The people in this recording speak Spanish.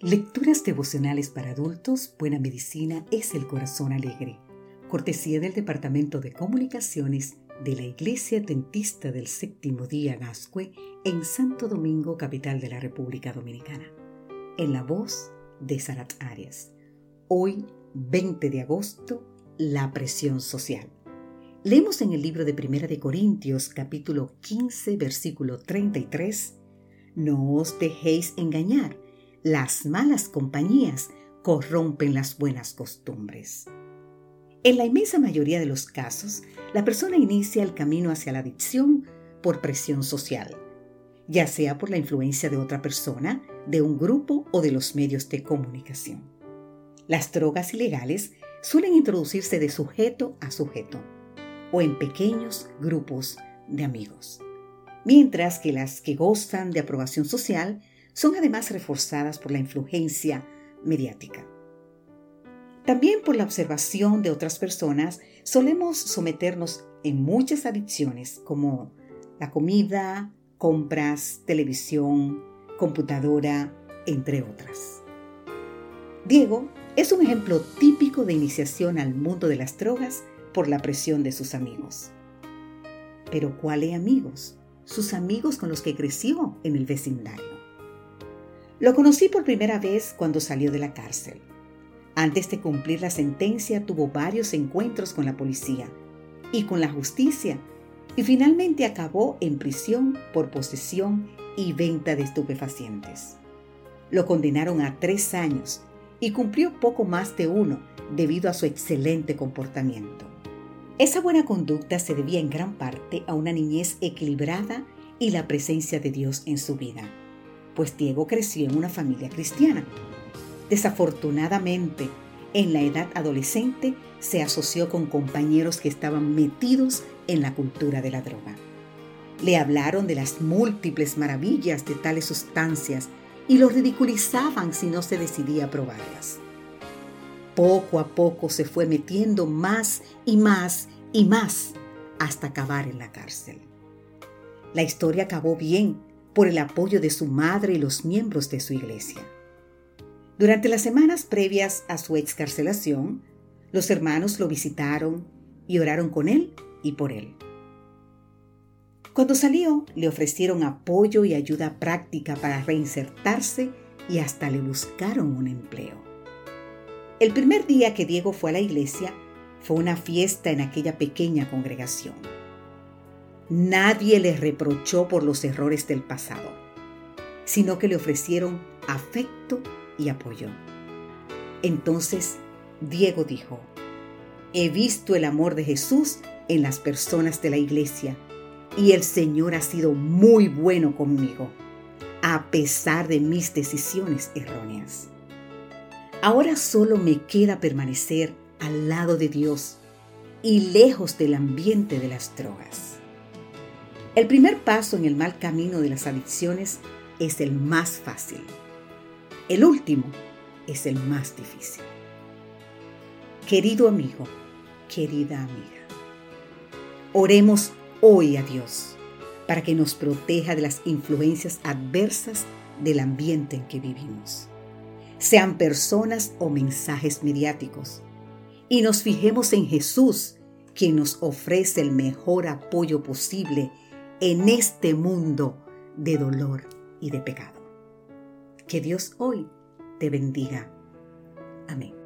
Lecturas devocionales para adultos, Buena Medicina es el Corazón Alegre. Cortesía del Departamento de Comunicaciones de la Iglesia Adventista del Séptimo Día Gascue en Santo Domingo, capital de la República Dominicana. En la voz de Sarat Arias. Hoy, 20 de agosto, la presión social. Leemos en el libro de Primera de Corintios, capítulo 15, versículo 33. No os dejéis engañar. Las malas compañías corrompen las buenas costumbres. En la inmensa mayoría de los casos, la persona inicia el camino hacia la adicción por presión social, ya sea por la influencia de otra persona, de un grupo o de los medios de comunicación. Las drogas ilegales suelen introducirse de sujeto a sujeto o en pequeños grupos de amigos, mientras que las que gozan de aprobación social son además reforzadas por la influencia mediática. También por la observación de otras personas solemos someternos en muchas adicciones como la comida, compras, televisión, computadora, entre otras. Diego es un ejemplo típico de iniciación al mundo de las drogas por la presión de sus amigos. Pero ¿cuáles amigos? Sus amigos con los que creció en el vecindario. Lo conocí por primera vez cuando salió de la cárcel. Antes de cumplir la sentencia, tuvo varios encuentros con la policía y con la justicia y finalmente acabó en prisión por posesión y venta de estupefacientes. Lo condenaron a 3 años y cumplió poco más de 1 debido a su excelente comportamiento. Esa buena conducta se debía en gran parte a una niñez equilibrada y la presencia de Dios en su vida, pues Diego creció en una familia cristiana. Desafortunadamente, en la edad adolescente se asoció con compañeros que estaban metidos en la cultura de la droga. Le hablaron de las múltiples maravillas de tales sustancias y lo ridiculizaban si no se decidía a probarlas. Poco a poco se fue metiendo más y más y más hasta acabar en la cárcel. La historia acabó bien por el apoyo de su madre y los miembros de su iglesia. Durante las semanas previas a su excarcelación, los hermanos lo visitaron y oraron con él y por él. Cuando salió, le ofrecieron apoyo y ayuda práctica para reinsertarse y hasta le buscaron un empleo. El primer día que Diego fue a la iglesia, fue una fiesta en aquella pequeña congregación. Nadie le reprochó por los errores del pasado, sino que le ofrecieron afecto y apoyo. Entonces, Diego dijo: he visto el amor de Jesús en las personas de la iglesia y el Señor ha sido muy bueno conmigo, a pesar de mis decisiones erróneas. Ahora solo me queda permanecer al lado de Dios y lejos del ambiente de las drogas. El primer paso en el mal camino de las adicciones es el más fácil. El último es el más difícil. Querido amigo, querida amiga, oremos hoy a Dios para que nos proteja de las influencias adversas del ambiente en que vivimos, sean personas o mensajes mediáticos, y nos fijemos en Jesús, quien nos ofrece el mejor apoyo posible en este mundo de dolor y de pecado. Que Dios hoy te bendiga. Amén.